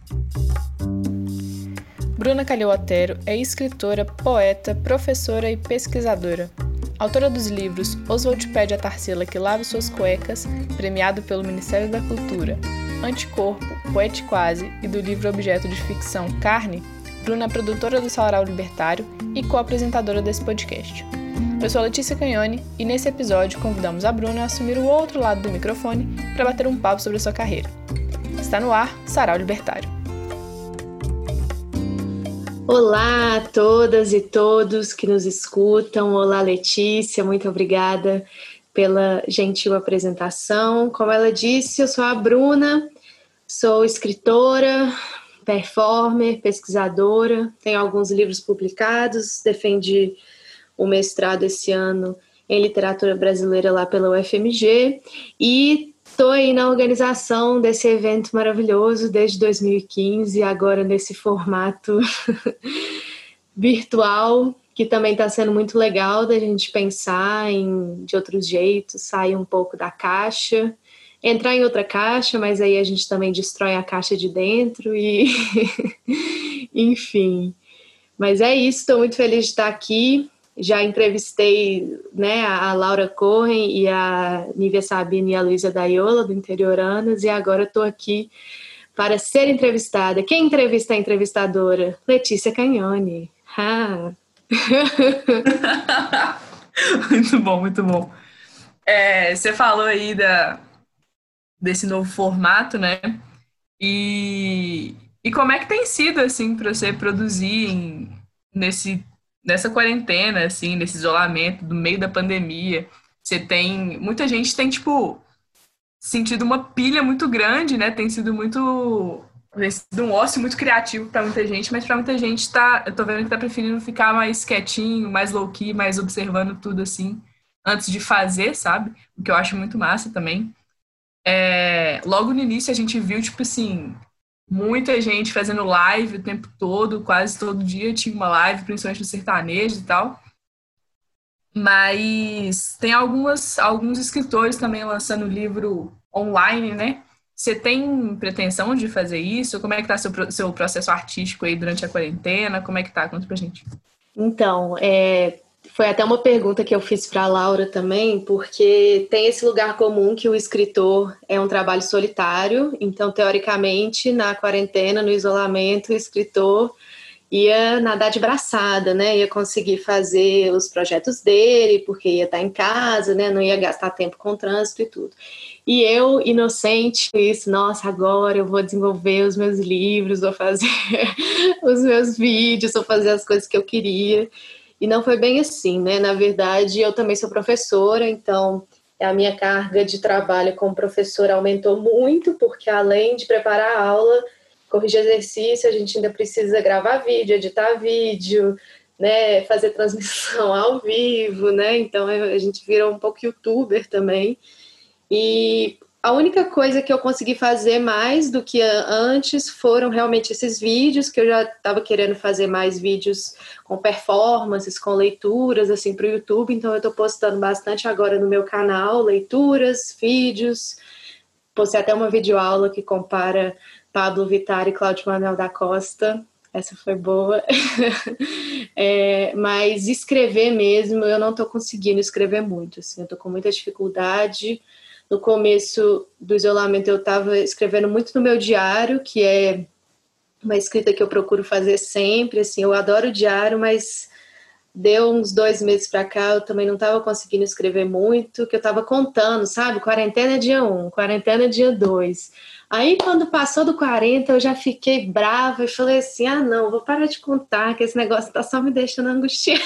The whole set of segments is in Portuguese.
Bruna Calhau Otero é escritora, poeta, professora e pesquisadora. Autora dos livros Oswald pede a Tarsila que lave suas cuecas, premiado pelo Ministério da Cultura, Anticorpo, Poetiquase e do livro objeto de ficção Carne, Bruna é produtora do Sarau Libertário e co-apresentadora desse podcast. Eu sou a Letícia Canhone e nesse episódio convidamos a Bruna a assumir o outro lado do microfone para bater um papo sobre a sua carreira. Está no ar, Sarau Libertário. Olá a todas e todos que nos escutam. Olá, Letícia, muito obrigada pela gentil apresentação. Como ela disse, eu sou a Bruna, sou escritora, performer, pesquisadora, tenho alguns livros publicados, defendi o mestrado esse ano em literatura brasileira lá pela UFMG e estou aí na organização desse evento maravilhoso desde 2015, agora nesse formato virtual, que também está sendo muito legal da gente pensar de outros jeitos, sair um pouco da caixa, entrar em outra caixa, mas aí a gente também destrói a caixa de dentro e enfim. Mas é isso, estou muito feliz de estar aqui. Já entrevistei, né, a Laura Cohen e a Nívia Sabino e a Luísa Daiola, do Interioranas, e agora estou aqui para ser entrevistada. Quem entrevista a entrevistadora? Letícia Canhone. Ah. Muito bom, muito bom. Você falou aí desse novo formato, né? E como é que tem sido, assim, para você produzir nessa quarentena, assim, nesse isolamento, no meio da pandemia? Muita gente tem, tipo, sentido uma pilha muito grande, né? Tem sido um ócio muito criativo para muita gente, mas para muita gente eu tô vendo que tá preferindo ficar mais quietinho, mais low-key, mais observando tudo, assim, antes de fazer, sabe? O que eu acho muito massa também. Logo no início a gente viu, tipo assim, muita gente fazendo live o tempo todo, quase todo dia tinha uma live, principalmente no sertanejo e tal. Mas tem alguns escritores também lançando livro online, né? Você tem pretensão de fazer isso? Como é que tá seu processo artístico aí durante a quarentena? Como é que tá? Conta pra gente. Então, foi até uma pergunta que eu fiz para a Laura também, porque tem esse lugar comum que o escritor é um trabalho solitário, então, teoricamente, na quarentena, no isolamento, o escritor ia nadar de braçada, né? Ia conseguir fazer os projetos dele, porque ia estar em casa, né? Não ia gastar tempo com trânsito e tudo. E eu, inocente, isso, nossa, agora eu vou desenvolver os meus livros, vou fazer os meus vídeos, vou fazer as coisas que eu queria. E não foi bem assim, né? Na verdade, eu também sou professora, então a minha carga de trabalho como professora aumentou muito, porque além de preparar a aula, corrigir exercício, a gente ainda precisa gravar vídeo, editar vídeo, né? Fazer transmissão ao vivo, né? Então a gente virou um pouco youtuber também. E a única coisa que eu consegui fazer mais do que antes foram realmente esses vídeos, que eu já estava querendo fazer mais vídeos com performances, com leituras, assim, para o YouTube. Então eu estou postando bastante agora no meu canal, leituras, vídeos. Postei até uma videoaula que compara Pablo Vittar e Cláudio Manuel da Costa. Essa foi boa. Mas escrever mesmo, eu não estou conseguindo escrever muito. Assim, eu estou com muita dificuldade. No começo do isolamento, eu estava escrevendo muito no meu diário, que é uma escrita que eu procuro fazer sempre. Assim, eu adoro o diário, mas deu uns 2 meses para cá, eu também não estava conseguindo escrever muito, que eu estava contando, sabe? Quarentena dia 1, quarentena dia 2. Aí, quando passou do 40, eu já fiquei brava e falei assim, não, vou parar de contar, que esse negócio está só me deixando angustiada.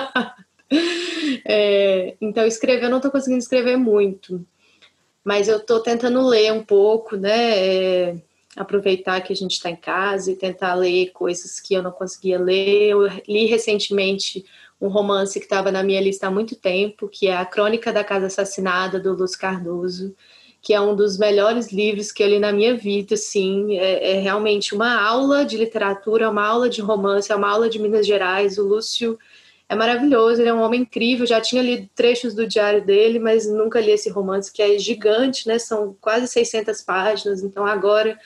Então, escrever, eu não estou conseguindo escrever muito. Mas eu estou tentando ler um pouco, né? Aproveitar que a gente está em casa e tentar ler coisas que eu não conseguia ler. Eu li recentemente um romance que estava na minha lista há muito tempo, que é A Crônica da Casa Assassinada, do Luz Cardoso, que é um dos melhores livros que eu li na minha vida, assim. É realmente uma aula de literatura, uma aula de romance, é uma aula de Minas Gerais. O Lúcio é maravilhoso, ele é um homem incrível. Já tinha lido trechos do diário dele, mas nunca li esse romance, que é gigante, né? São quase 600 páginas. Então agora,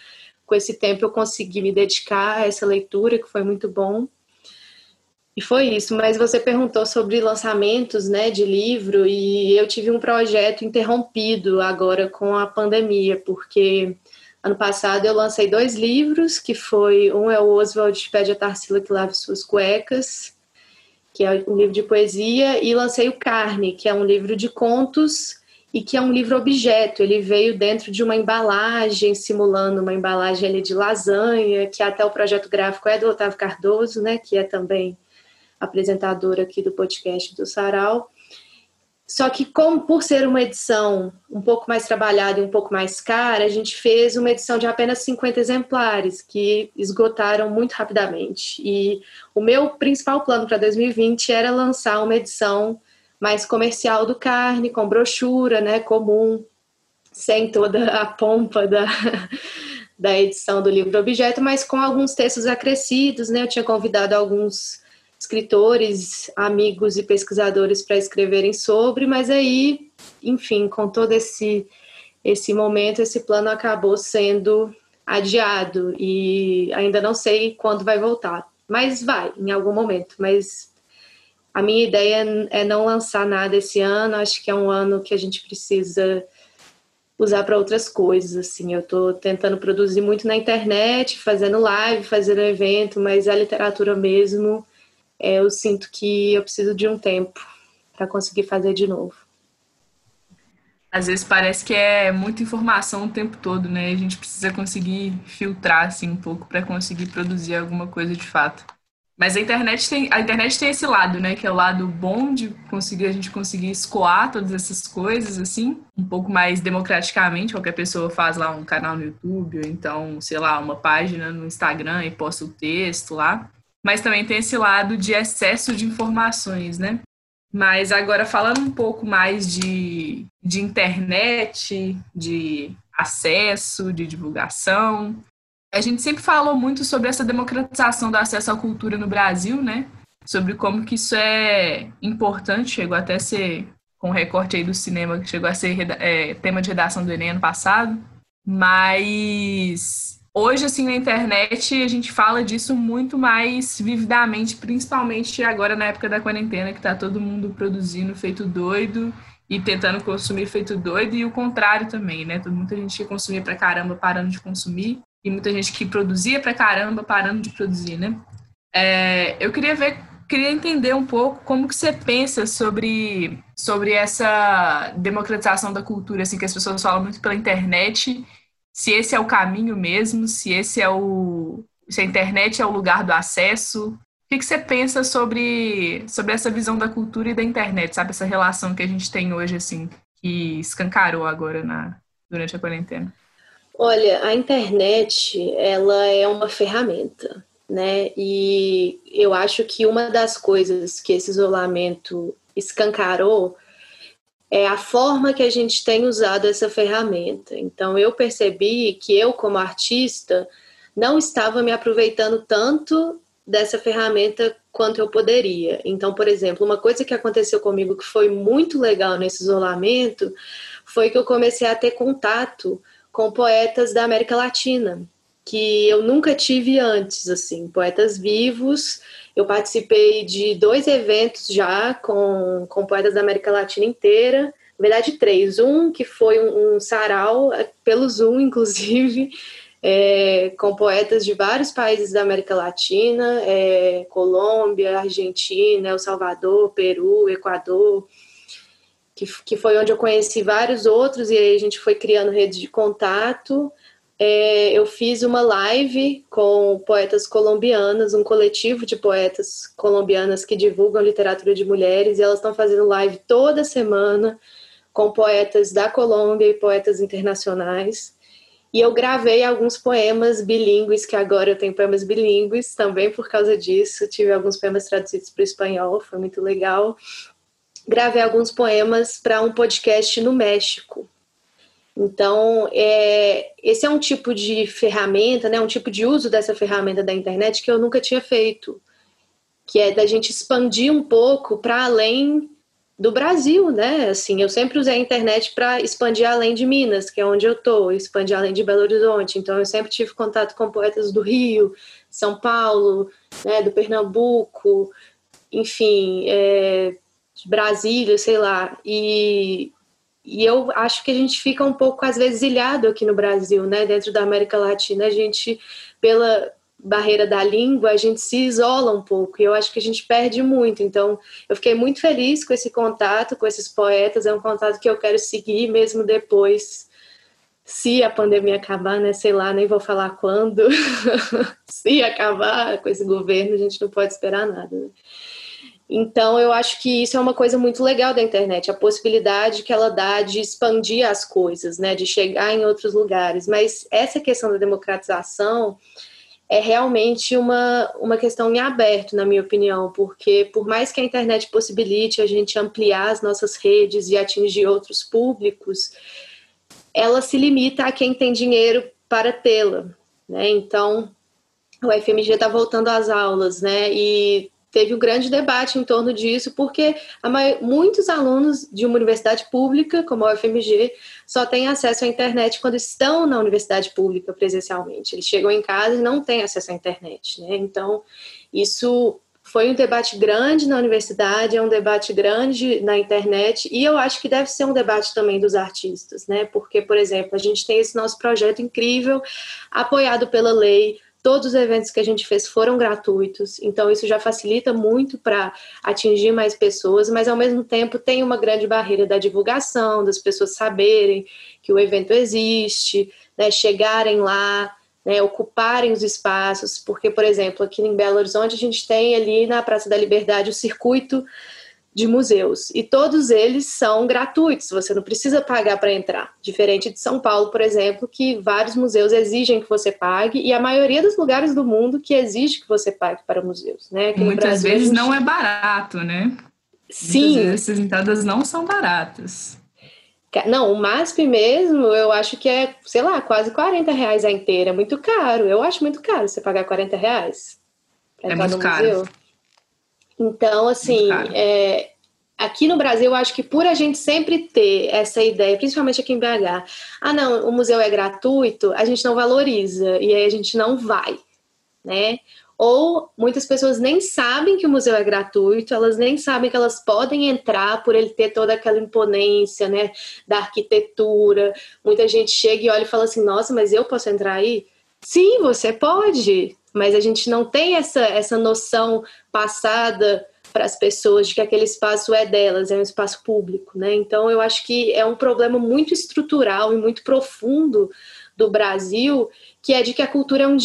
com esse tempo eu consegui me dedicar a essa leitura, que foi muito bom. E foi isso, mas você perguntou sobre lançamentos, né, de livro, e eu tive um projeto interrompido agora com a pandemia, porque ano passado eu lancei 2 livros, que foi, um é o Oswald Pede a Tarsila que Lave Suas Cuecas, que é um livro de poesia, e lancei o Carne, que é um livro de contos, e que é um livro objeto. Ele veio dentro de uma embalagem, simulando uma embalagem ali de lasanha, que até o projeto gráfico é do Otávio Cardoso, né, que é também apresentador aqui do podcast do Sarau. Só que, como por ser uma edição um pouco mais trabalhada e um pouco mais cara, a gente fez uma edição de apenas 50 exemplares, que esgotaram muito rapidamente. E o meu principal plano para 2020 era lançar uma edição mais comercial do Carne, com brochura, né, comum, sem toda a pompa da edição do livro objeto, mas com alguns textos acrescidos, né? Eu tinha convidado alguns escritores, amigos e pesquisadores para escreverem sobre, mas aí, enfim, com todo esse momento, esse plano acabou sendo adiado e ainda não sei quando vai voltar, mas vai, em algum momento. Mas a minha ideia é não lançar nada esse ano, acho que é um ano que a gente precisa usar para outras coisas, assim. Eu estou tentando produzir muito na internet, fazendo live, fazendo evento, mas a literatura mesmo, eu sinto que eu preciso de um tempo para conseguir fazer de novo. Às vezes parece que é muita informação o tempo todo, né? A gente precisa conseguir filtrar assim um pouco para conseguir produzir alguma coisa de fato. Mas a internet tem esse lado, né? Que é o lado bom de a gente conseguir escoar todas essas coisas, assim, um pouco mais democraticamente. Qualquer pessoa faz lá um canal no YouTube, ou então, sei lá, uma página no Instagram e posta o texto lá. Mas também tem esse lado de excesso de informações, né? Mas agora, falando um pouco mais de internet, de acesso, de divulgação, a gente sempre falou muito sobre essa democratização do acesso à cultura no Brasil, né? Sobre como que isso é importante, chegou até a ser, com o recorte aí do cinema, que chegou a ser tema de redação do Enem ano passado. Mas hoje, assim, na internet, a gente fala disso muito mais vividamente, principalmente agora na época da quarentena, que tá todo mundo produzindo feito doido e tentando consumir feito doido, e o contrário também, né? Muita gente que consumia pra caramba parando de consumir, e muita gente que produzia pra caramba parando de produzir, né? Eu queria entender um pouco como que você pensa sobre essa democratização da cultura, assim, que as pessoas falam muito pela internet, se esse é o caminho mesmo, se a internet é o lugar do acesso. O que você pensa sobre essa visão da cultura e da internet, sabe? Essa relação que a gente tem hoje, assim, que escancarou agora durante a quarentena. Olha, a internet, ela é uma ferramenta, né? E eu acho que uma das coisas que esse isolamento escancarou é a forma que a gente tem usado essa ferramenta. Então, eu percebi que eu, como artista, não estava me aproveitando tanto dessa ferramenta quanto eu poderia. Então, por exemplo, uma coisa que aconteceu comigo que foi muito legal nesse isolamento foi que eu comecei a ter contato com poetas da América Latina, que eu nunca tive antes, assim, poetas vivos. Eu participei de 2 eventos já com poetas da América Latina inteira, na verdade 3. Um que foi um sarau, pelo Zoom, inclusive, com poetas de vários países da América Latina, Colômbia, Argentina, El Salvador, Peru, Equador, que foi onde eu conheci vários outros, e aí a gente foi criando redes de contato. Eu fiz uma live com poetas colombianas, um coletivo de poetas colombianas que divulgam literatura de mulheres, e elas estão fazendo live toda semana com poetas da Colômbia e poetas internacionais. E eu gravei alguns poemas bilíngues, que agora eu tenho poemas bilíngues também por causa disso. Tive alguns poemas traduzidos para o espanhol, foi muito legal. Gravei alguns poemas para um podcast no México. Então, esse é um tipo de ferramenta, né, um tipo de uso dessa ferramenta da internet que eu nunca tinha feito, que é da gente expandir um pouco para além do Brasil, né? Assim, eu sempre usei a internet para expandir além de Minas, que é onde eu estou, expandir além de Belo Horizonte. Então, eu sempre tive contato com poetas do Rio, São Paulo, né, do Pernambuco, enfim, de Brasília, sei lá. E eu acho que a gente fica um pouco, às vezes, ilhado aqui no Brasil, né? Dentro da América Latina, a gente, pela barreira da língua, a gente se isola um pouco, e eu acho que a gente perde muito. Então, eu fiquei muito feliz com esse contato, com esses poetas, é um contato que eu quero seguir mesmo depois, se a pandemia acabar, né, sei lá, nem vou falar quando, se acabar com esse governo, a gente não pode esperar nada, né? Então, eu acho que isso é uma coisa muito legal da internet, a possibilidade que ela dá de expandir as coisas, né, de chegar em outros lugares, mas essa questão da democratização é realmente uma questão em aberto, na minha opinião, porque por mais que a internet possibilite a gente ampliar as nossas redes e atingir outros públicos, ela se limita a quem tem dinheiro para tê-la, né? Então, o FMG está voltando às aulas, né? E teve um grande debate em torno disso, porque muitos alunos de uma universidade pública, como a UFMG, só têm acesso à internet quando estão na universidade pública presencialmente. Eles chegam em casa e não têm acesso à internet, né? Então, isso foi um debate grande na universidade, é um debate grande na internet, e eu acho que deve ser um debate também dos artistas, né? Porque, por exemplo, a gente tem esse nosso projeto incrível, apoiado pela lei. Todos os eventos que a gente fez foram gratuitos, então isso já facilita muito para atingir mais pessoas, mas ao mesmo tempo tem uma grande barreira da divulgação, das pessoas saberem que o evento existe, né, chegarem lá, né, ocuparem os espaços, porque, por exemplo, aqui em Belo Horizonte a gente tem ali na Praça da Liberdade o circuito de museus, e todos eles são gratuitos, você não precisa pagar para entrar, diferente de São Paulo, por exemplo, que vários museus exigem que você pague, e a maioria dos lugares do mundo que exige que você pague para museus, né? Aqui muitas vezes não é barato, né? Sim. Muitas vezes essas entradas não são baratas. Não, o MASP mesmo, eu acho que é, sei lá, quase R$40 a inteira, é muito caro, eu acho muito caro você pagar R$40 para entrar no museu. Caro. Então, assim, aqui no Brasil, eu acho que por a gente sempre ter essa ideia, principalmente aqui em BH, não, o museu é gratuito, a gente não valoriza, e aí a gente não vai, né? Ou muitas pessoas nem sabem que o museu é gratuito, elas nem sabem que elas podem entrar por ele ter toda aquela imponência, né, da arquitetura. Muita gente chega e olha e fala assim, nossa, mas eu posso entrar aí? Sim, você pode, mas a gente não tem essa noção passada para as pessoas de que aquele espaço é delas, é um espaço público, né? Então, eu acho que é um problema muito estrutural e muito profundo do Brasil, que é de que a cultura é um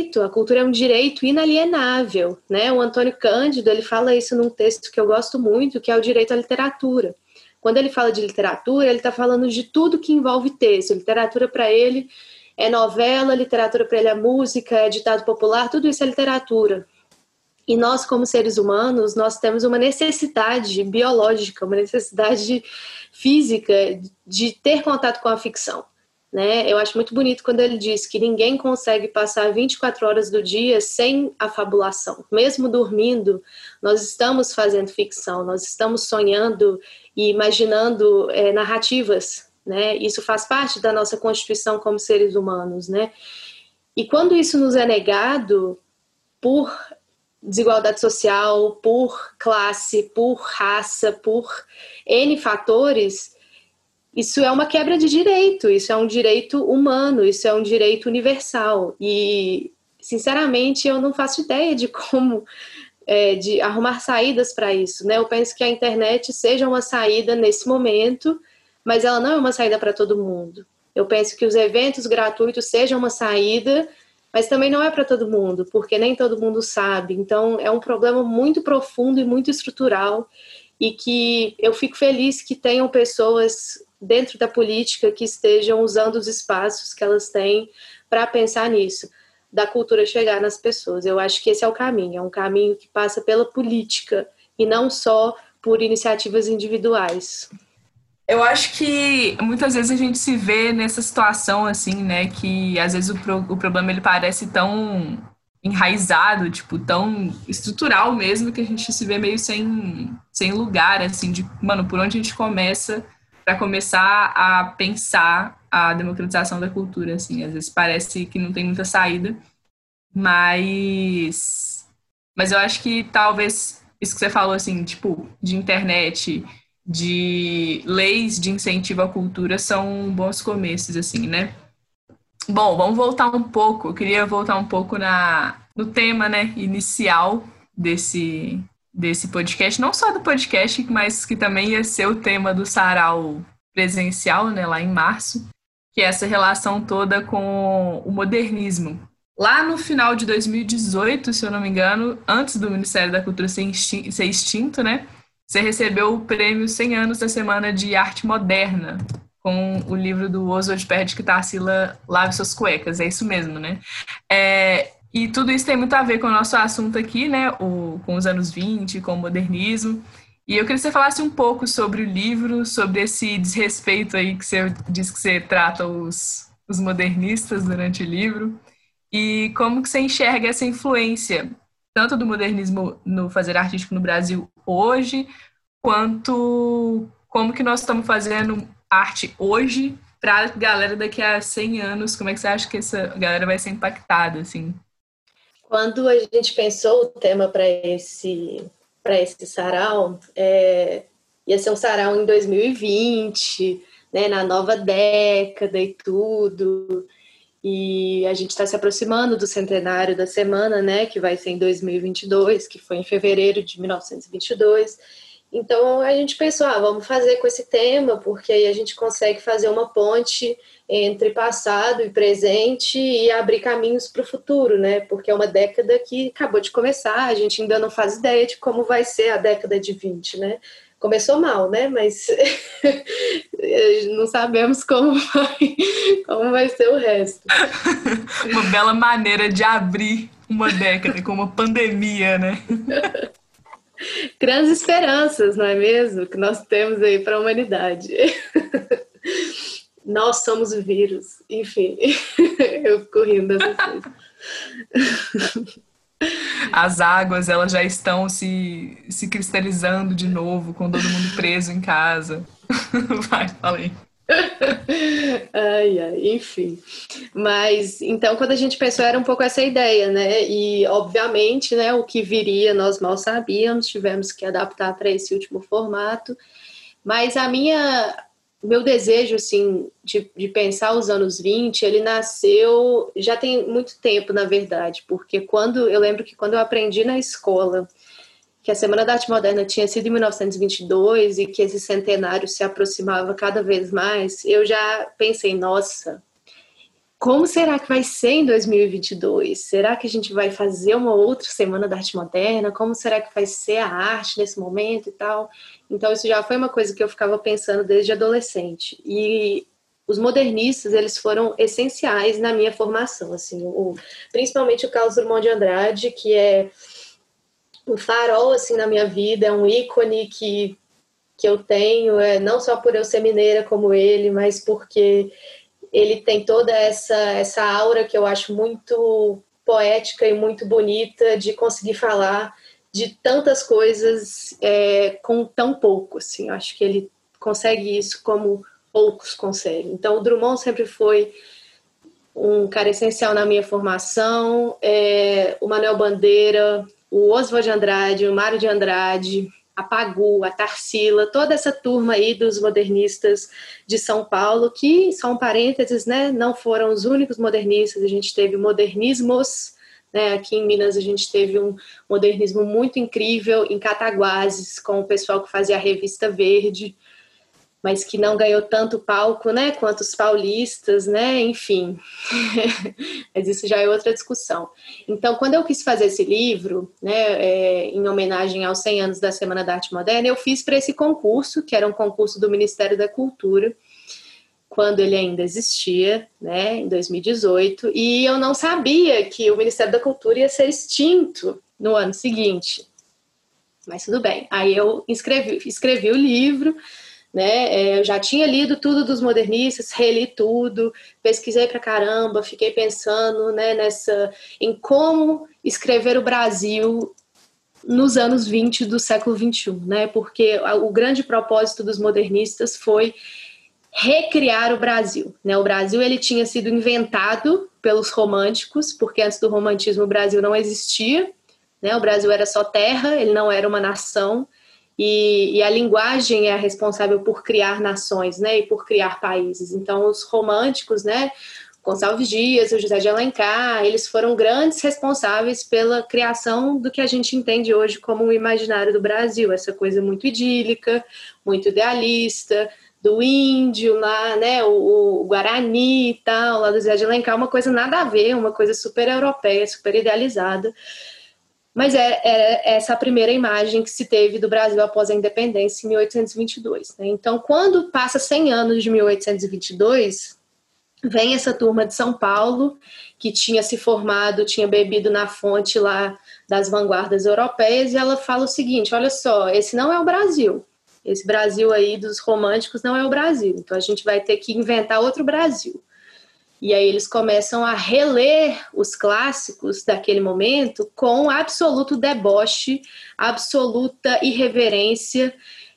direito inalienável, né? O Antônio Cândido, ele fala isso num texto que eu gosto muito, que é o direito à literatura. Quando ele fala de literatura, ele está falando de tudo que envolve texto. Literatura, para ele, é novela, literatura para ele é música, é ditado popular, tudo isso é literatura. E nós, como seres humanos, nós temos uma necessidade biológica, uma necessidade física de ter contato com a ficção, né? Eu acho muito bonito quando ele diz que ninguém consegue passar 24 horas do dia sem a fabulação. Mesmo dormindo, nós estamos fazendo ficção, nós estamos sonhando e imaginando narrativas, né? Isso faz parte da nossa constituição como seres humanos, né? E quando isso nos é negado por desigualdade social, por classe, por raça, por N fatores, isso é uma quebra de direito, isso é um direito humano, isso é um direito universal. E, sinceramente, eu não faço ideia de como de arrumar saídas para isso, né? Eu penso que a internet seja uma saída nesse momento, mas ela não é uma saída para todo mundo. Eu penso que os eventos gratuitos sejam uma saída, mas também não é para todo mundo, porque nem todo mundo sabe. Então, é um problema muito profundo e muito estrutural, e que eu fico feliz que tenham pessoas dentro da política que estejam usando os espaços que elas têm para pensar nisso, da cultura chegar nas pessoas. Eu acho que esse é um caminho que passa pela política e não só por iniciativas individuais. Eu acho que muitas vezes a gente se vê nessa situação assim, né, que às vezes o problema ele parece tão enraizado, tipo, tão estrutural mesmo, que a gente se vê meio sem lugar, assim, de, mano, por onde a gente começa para começar a pensar a democratização da cultura, assim. Às vezes parece que não tem muita saída, mas eu acho que talvez isso que você falou, assim, tipo, de internet, de leis de incentivo à cultura são bons começos, assim, né? Bom, vamos voltar um pouco. Eu queria voltar um pouco no tema, né, inicial desse podcast. Não só do podcast, mas que também ia ser o tema do sarau presencial, né, lá em março, que é essa relação toda com o modernismo. Lá no final de 2018, se eu não me engano, antes do Ministério da Cultura ser extinto, né, você recebeu o prêmio 100 anos da Semana de Arte Moderna, com o livro do Oswald Pérez, que Tarsila Lave Suas Cuecas. É isso mesmo, né? E tudo isso tem muito a ver com o nosso assunto aqui, né? Com os anos 20, com o modernismo. E eu queria que você falasse um pouco sobre o livro, sobre esse desrespeito aí que você diz que você trata os modernistas durante o livro, e como que você enxerga essa influência, tanto do modernismo no fazer artístico no Brasil hoje, quanto como que nós estamos fazendo arte hoje para a galera daqui a 100 anos. Como é que você acha que essa galera vai ser impactada, assim? Quando a gente pensou o tema para esse sarau, ia ser um sarau em 2020, né, na nova década e tudo, e a gente está se aproximando do centenário da semana, né, que vai ser em 2022, que foi em fevereiro de 1922. Então a gente pensou, vamos fazer com esse tema, porque aí a gente consegue fazer uma ponte entre passado e presente e abrir caminhos para o futuro, né? Porque é uma década que acabou de começar, a gente ainda não faz ideia de como vai ser a década de 20, né? Começou mal, né? Mas não sabemos como vai ser o resto. Uma bela maneira de abrir uma década com uma pandemia, né? Grandes esperanças, não é mesmo? Que nós temos aí para a humanidade. Nós somos o vírus. Enfim, eu fico rindo dessas coisas. As águas, elas já estão se cristalizando de novo, com todo mundo preso em casa. Vai, fala aí. Enfim. Mas, então, quando a gente pensou, era um pouco essa ideia, né? E, obviamente, né, o que viria nós mal sabíamos, tivemos que adaptar para esse último formato. Mas meu desejo, assim, de pensar os anos 20, ele nasceu, já tem muito tempo, na verdade, porque eu lembro que quando eu aprendi na escola que a Semana da Arte Moderna tinha sido em 1922 e que esse centenário se aproximava cada vez mais, eu já pensei, nossa, como será que vai ser em 2022? Será que a gente vai fazer uma outra Semana da Arte Moderna? Como será que vai ser a arte nesse momento e tal? Então isso já foi uma coisa que eu ficava pensando desde adolescente. E os modernistas, eles foram essenciais na minha formação, assim, principalmente o Carlos Drummond de Andrade, que é um farol, assim, na minha vida, é um ícone que eu tenho, não só por eu ser mineira como ele, mas porque ele tem toda essa aura que eu acho muito poética e muito bonita de conseguir falar de tantas coisas com tão pouco, assim. Eu acho que ele consegue isso como poucos conseguem. Então, o Drummond sempre foi um cara essencial na minha formação, o Manuel Bandeira, o Oswald de Andrade, o Mário de Andrade, a Pagu, a Tarsila, toda essa turma aí dos modernistas de São Paulo, que, só um parênteses, né, não foram os únicos modernistas, a gente teve modernismos, né, aqui em Minas a gente teve um modernismo muito incrível em Cataguases, com o pessoal que fazia a Revista Verde, mas que não ganhou tanto palco, né, quanto os paulistas, né, enfim. Mas isso já é outra discussão. Então, quando eu quis fazer esse livro, né, em homenagem aos 100 anos da Semana da Arte Moderna, eu fiz para esse concurso, que era um concurso do Ministério da Cultura, quando ele ainda existia, né, em 2018, e eu não sabia que o Ministério da Cultura ia ser extinto no ano seguinte. Mas tudo bem. Aí eu escrevi o livro, né? Eu já tinha lido tudo dos modernistas, reli tudo, pesquisei pra caramba, fiquei pensando, né, em como escrever o Brasil nos anos 20 do século XXI, né? Porque o grande propósito dos modernistas foi recriar o Brasil, né? O Brasil, ele tinha sido inventado pelos românticos, porque antes do romantismo o Brasil não existia, né? O Brasil era só terra, ele não era uma nação, e a linguagem é responsável por criar nações, né? E por criar países. Então, os românticos, né? Gonçalves Dias, o José de Alencar, eles foram grandes responsáveis pela criação do que a gente entende hoje como o imaginário do Brasil, essa coisa muito idílica, muito idealista, do índio lá, né, o Guarani e tal, lá do José de Alencar, uma coisa nada a ver, uma coisa super europeia, super idealizada. Mas era essa a primeira imagem que se teve do Brasil após a independência, em 1822. Né? Então, quando passa 100 anos de 1822, vem essa turma de São Paulo, que tinha se formado, tinha bebido na fonte lá das vanguardas europeias, e ela fala o seguinte, olha só, esse não é o Brasil. Esse Brasil aí dos românticos não é o Brasil. Então, a gente vai ter que inventar outro Brasil. E aí eles começam a reler os clássicos daquele momento com absoluto deboche, absoluta irreverência,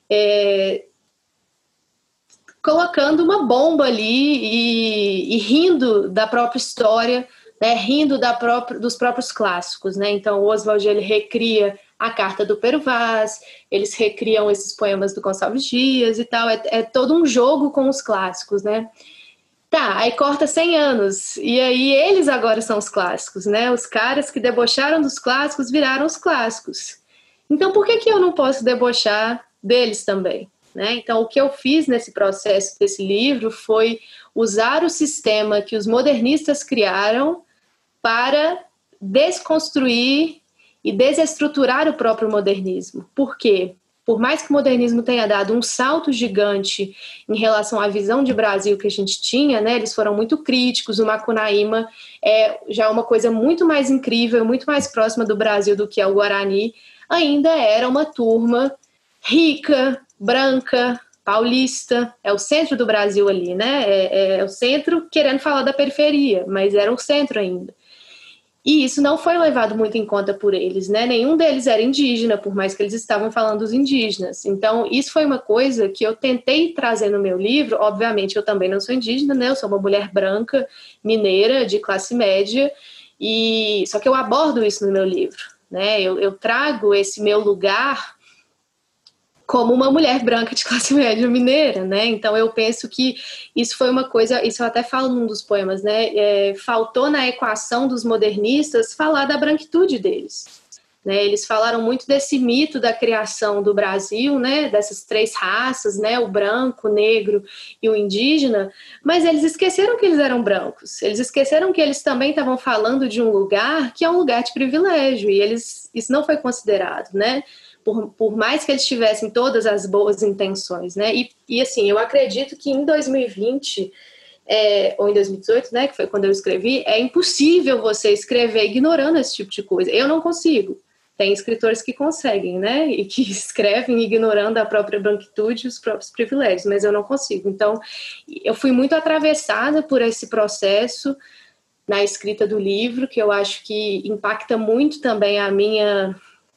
colocando uma bomba ali e rindo da própria história, né, rindo dos próprios clássicos. Né? Então, o Oswald, ele recria a Carta do Pero Vaz, eles recriam esses poemas do Gonçalves Dias e tal, é todo um jogo com os clássicos, né? Tá, aí corta 100 anos, e aí eles agora são os clássicos, né? Os caras que debocharam dos clássicos viraram os clássicos. Então, por que eu não posso debochar deles também? Né? Então, o que eu fiz nesse processo desse livro foi usar o sistema que os modernistas criaram para desconstruir e desestruturar o próprio modernismo. Por quê? Por mais que o modernismo tenha dado um salto gigante em relação à visão de Brasil que a gente tinha, né, eles foram muito críticos, o Macunaíma é já uma coisa muito mais incrível, muito mais próxima do Brasil do que é o Guarani, ainda era uma turma rica, branca, paulista, é o centro do Brasil ali, né, é o centro querendo falar da periferia, mas era o centro ainda. E isso não foi levado muito em conta por eles, né? Nenhum deles era indígena, por mais que eles estavam falando dos indígenas. Então, isso foi uma coisa que eu tentei trazer no meu livro. Obviamente, eu também não sou indígena, né? Eu sou uma mulher branca, mineira, de classe média, só que eu abordo isso no meu livro, né? Eu trago esse meu lugar como uma mulher branca de classe média mineira, né? Então eu penso que isso foi uma coisa, isso eu até falo num dos poemas, né? Faltou na equação dos modernistas falar da branquitude deles. Né? Eles falaram muito desse mito da criação do Brasil, né? Dessas três raças, né? O branco, o negro e o indígena, mas eles esqueceram que eles eram brancos. Eles esqueceram que eles também estavam falando de um lugar que é um lugar de privilégio, e isso não foi considerado, né? Por mais que eles tivessem todas as boas intenções, né? E assim, eu acredito que em 2020, ou em 2018, né, que foi quando eu escrevi, é impossível você escrever ignorando esse tipo de coisa. Eu não consigo. Tem escritores que conseguem, né? E que escrevem ignorando a própria branquitude e os próprios privilégios, mas eu não consigo. Então, eu fui muito atravessada por esse processo na escrita do livro, que eu acho que impacta muito também a minha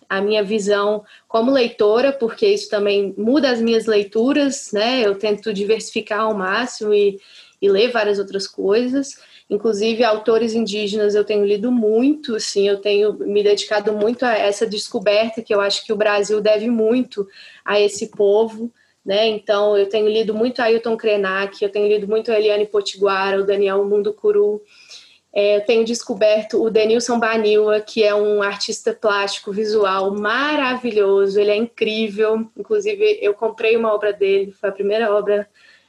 visão como leitora, porque isso também muda as minhas leituras, né? Eu tento diversificar ao máximo e ler várias outras coisas. Inclusive, autores indígenas eu tenho lido muito, assim, eu tenho me dedicado muito a essa descoberta, que eu acho que o Brasil deve muito a esse povo, né? Então, eu tenho lido muito Ailton Krenak, eu tenho lido muito a Eliane Potiguara, o Daniel Munducuru. Eu tenho descoberto o Denilson Baniwa, que é um artista plástico visual maravilhoso, ele é incrível, inclusive eu comprei uma obra dele, foi a primeira obra,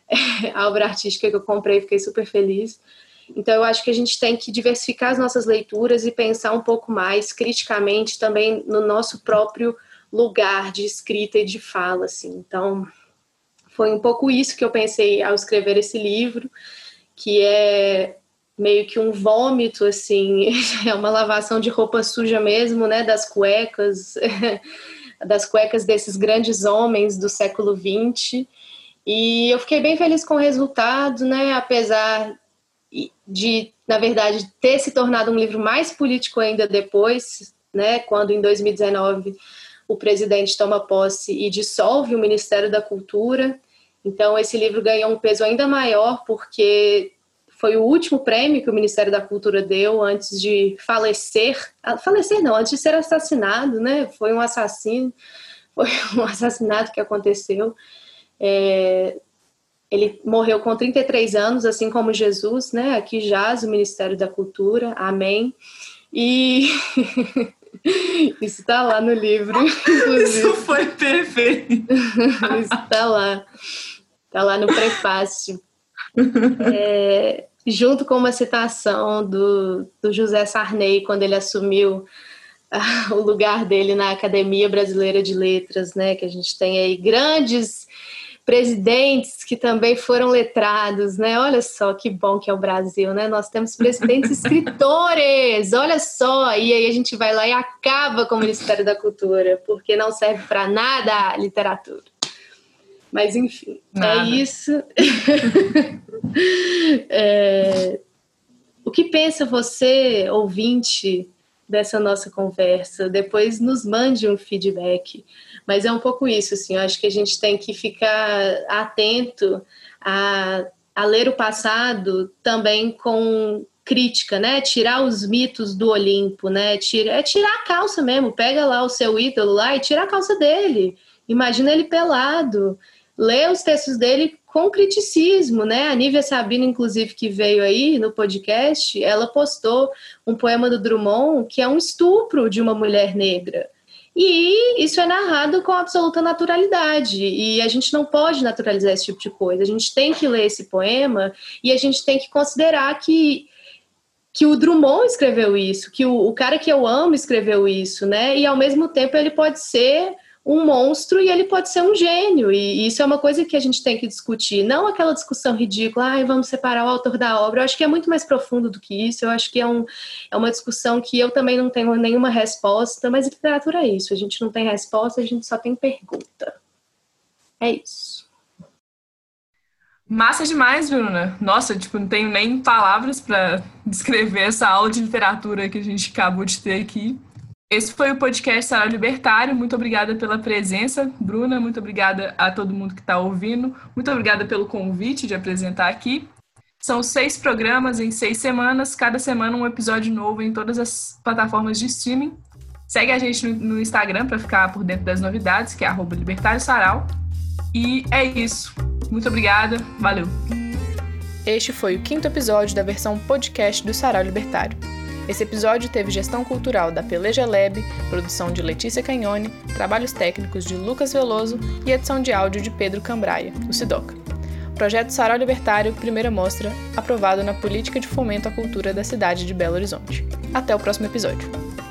a obra artística que eu comprei, fiquei super feliz. Então eu acho que a gente tem que diversificar as nossas leituras e pensar um pouco mais criticamente também no nosso próprio lugar de escrita e de fala, assim. Então foi um pouco isso que eu pensei ao escrever esse livro, que é meio que um vômito, assim, é uma lavação de roupa suja mesmo, né, das cuecas desses grandes homens do século XX, E eu fiquei bem feliz com o resultado, né? Apesar de, na verdade, ter se tornado um livro mais político ainda depois, né? Quando em 2019 o presidente toma posse e dissolve o Ministério da Cultura. Então esse livro ganhou um peso ainda maior porque foi o último prêmio que o Ministério da Cultura deu antes de falecer. Falecer não, antes de ser assassinado, né? Foi um assassinato que aconteceu. Ele morreu com 33 anos, assim como Jesus, né? Aqui jaz o Ministério da Cultura, amém. E isso está lá no livro, inclusive. Isso foi perfeito. Isso está lá no prefácio. Junto com uma citação do José Sarney, quando ele assumiu o lugar dele na Academia Brasileira de Letras, né? Que a gente tem aí grandes presidentes que também foram letrados, né? Olha só que bom que é o Brasil, né? Nós temos presidentes escritores, olha só, e aí a gente vai lá e acaba com o Ministério da Cultura, porque não serve para nada a literatura. Mas enfim, nada. É isso. O que pensa você, ouvinte, dessa nossa conversa? Depois nos mande um feedback. Mas é um pouco isso, assim, eu acho que a gente tem que ficar atento a ler o passado também com crítica, né? Tirar os mitos do Olimpo, né? Tirar a calça mesmo, pega lá o seu ídolo lá e tira a calça dele. Imagina ele pelado. Lê os textos dele com criticismo, né? A Nívia Sabino, inclusive, que veio aí no podcast, ela postou um poema do Drummond que é um estupro de uma mulher negra. E isso é narrado com absoluta naturalidade, e a gente não pode naturalizar esse tipo de coisa. A gente tem que ler esse poema e a gente tem que considerar que o Drummond escreveu isso, que o cara que eu amo escreveu isso, né? E ao mesmo tempo ele pode ser um monstro e ele pode ser um gênio, e isso é uma coisa que a gente tem que discutir, não aquela discussão ridícula, vamos separar o autor da obra. Eu acho que é muito mais profundo do que isso. Eu acho que é uma discussão que eu também não tenho nenhuma resposta, mas literatura é isso, a gente não tem resposta, a gente só tem pergunta. É isso. Massa demais, Bruna. Nossa, não tenho nem palavras para descrever essa aula de literatura que a gente acabou de ter aqui. Esse foi o podcast Sarau Libertário. Muito obrigada pela presença, Bruna. Muito obrigada a todo mundo que está ouvindo. Muito obrigada pelo convite de apresentar aqui. São 6 programas em 6 semanas. Cada semana um episódio novo em todas as plataformas de streaming. Segue a gente no Instagram para ficar por dentro das novidades, que é @libertariosarau. E é isso. Muito obrigada. Valeu. Este foi o 5º episódio da versão podcast do Sarau Libertário. Esse episódio teve gestão cultural da Peleja Lab, produção de Letícia Cagnoni, trabalhos técnicos de Lucas Veloso e edição de áudio de Pedro Cambraia, o Sidoca. Projeto Sarau Libertário, primeira mostra, aprovado na Política de Fomento à Cultura da cidade de Belo Horizonte. Até o próximo episódio.